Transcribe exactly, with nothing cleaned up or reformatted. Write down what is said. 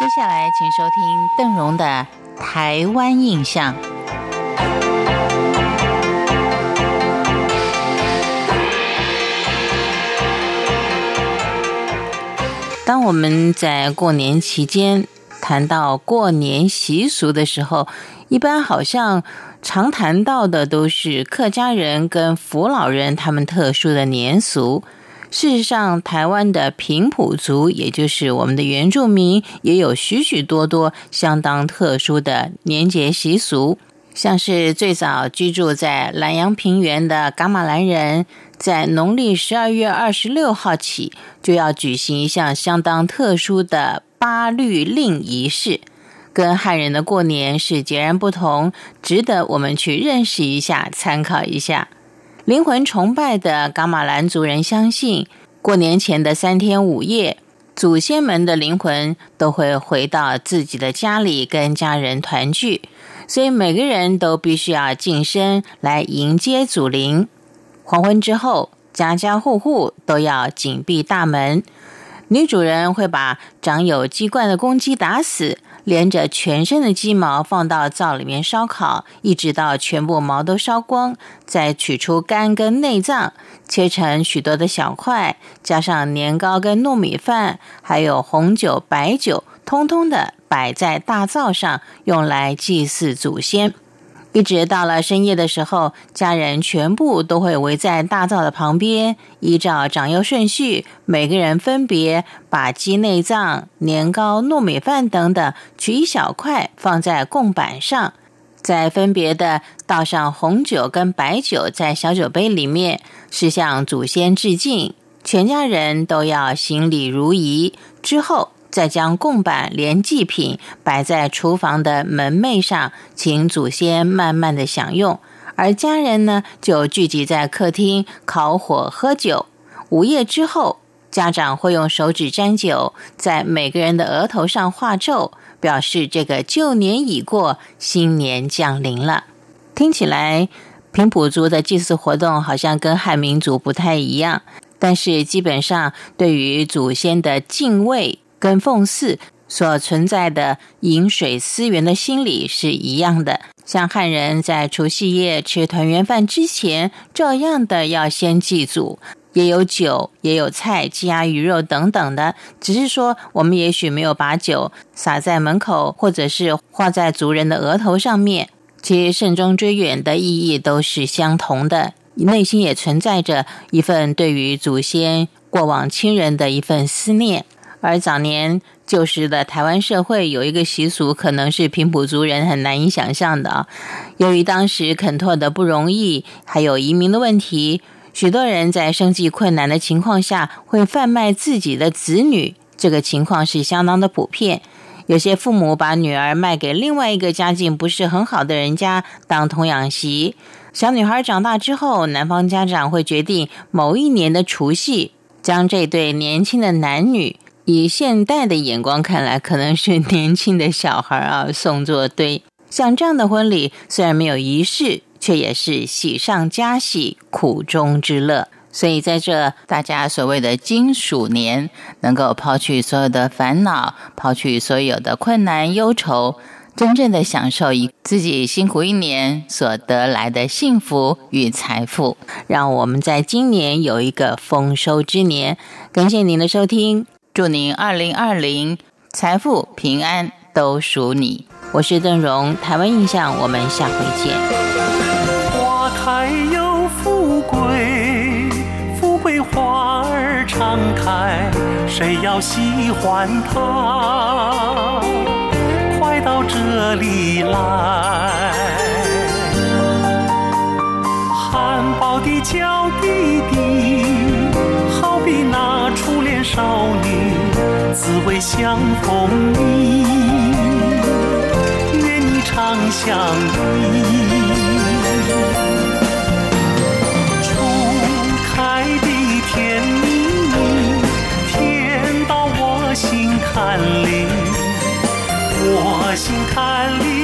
接下来请收听邓荣的台湾印象。当我们在过年期间谈到过年习俗的时候，一般好像常谈到的都是客家人跟福佬人他们特殊的年俗。事实上，台湾的平埔族，也就是我们的原住民，也有许许多多相当特殊的年节习俗。像是最早居住在兰阳平原的噶玛兰人，在农历十二月二十六号起，就要举行一项相当特殊的八律令仪式，跟汉人的过年是截然不同，值得我们去认识一下，参考一下。灵魂崇拜的噶玛兰族人相信，过年前的三天五夜，祖先们的灵魂都会回到自己的家里跟家人团聚，所以每个人都必须要净身来迎接祖灵。黄昏之后，家家户户都要紧闭大门，女主人会把长有鸡冠的公鸡打死，连着全身的鸡毛放到灶里面烧烤，一直到全部毛都烧光，再取出肝跟内脏，切成许多的小块，加上年糕跟糯米饭，还有红酒白酒，通通的摆在大灶上，用来祭祀祖先。一直到了深夜的时候，家人全部都会围在大灶的旁边，依照长幼顺序，每个人分别把鸡内脏、年糕、糯米饭等等取一小块放在供板上，再分别的倒上红酒跟白酒在小酒杯里面，是向祖先致敬。全家人都要行礼如仪，之后再将供板连祭品摆在厨房的门楣上，请祖先慢慢的享用。而家人呢，就聚集在客厅烤火喝酒。午夜之后，家长会用手指沾酒，在每个人的额头上画咒，表示这个旧年已过，新年降临了。听起来平埔族的祭祀活动好像跟汉民族不太一样，但是基本上对于祖先的敬畏跟奉祀所存在的饮水思源的心理是一样的。像汉人在除夕夜吃团圆饭之前，照样的要先祭祖，也有酒，也有菜、鸡鸭鱼肉等等的，只是说我们也许没有把酒洒在门口，或者是画在族人的额头上面。其实慎终追远的意义都是相同的，内心也存在着一份对于祖先过往亲人的一份思念。而早年旧时的台湾社会有一个习俗，可能是平埔族人很难以想象的啊。由于当时垦拓的不容易，还有移民的问题，许多人在生计困难的情况下会贩卖自己的子女，这个情况是相当的普遍。有些父母把女儿卖给另外一个家境不是很好的人家当童养媳，小女孩长大之后，男方家长会决定某一年的除夕，将这对年轻的男女，以现代的眼光看来可能是年轻的小孩啊，送作堆。像这样的婚礼虽然没有仪式，却也是喜上加喜，苦中之乐。所以在这大家所谓的金鼠年，能够抛去所有的烦恼，抛去所有的困难忧愁，真正的享受以自己辛苦一年所得来的幸福与财富，让我们在今年有一个丰收之年。感谢您的收听，祝您二零二零财富平安都属你。我是邓荣，台湾印象，我们下回见。 花开又富贵，富贵花儿常开，谁要喜欢它，快到这里来。含苞的娇滴滴，好比那初恋少女，滋味相逢腻，愿你常相依。初开的甜蜜蜜，甜到我心坎里，我心坎里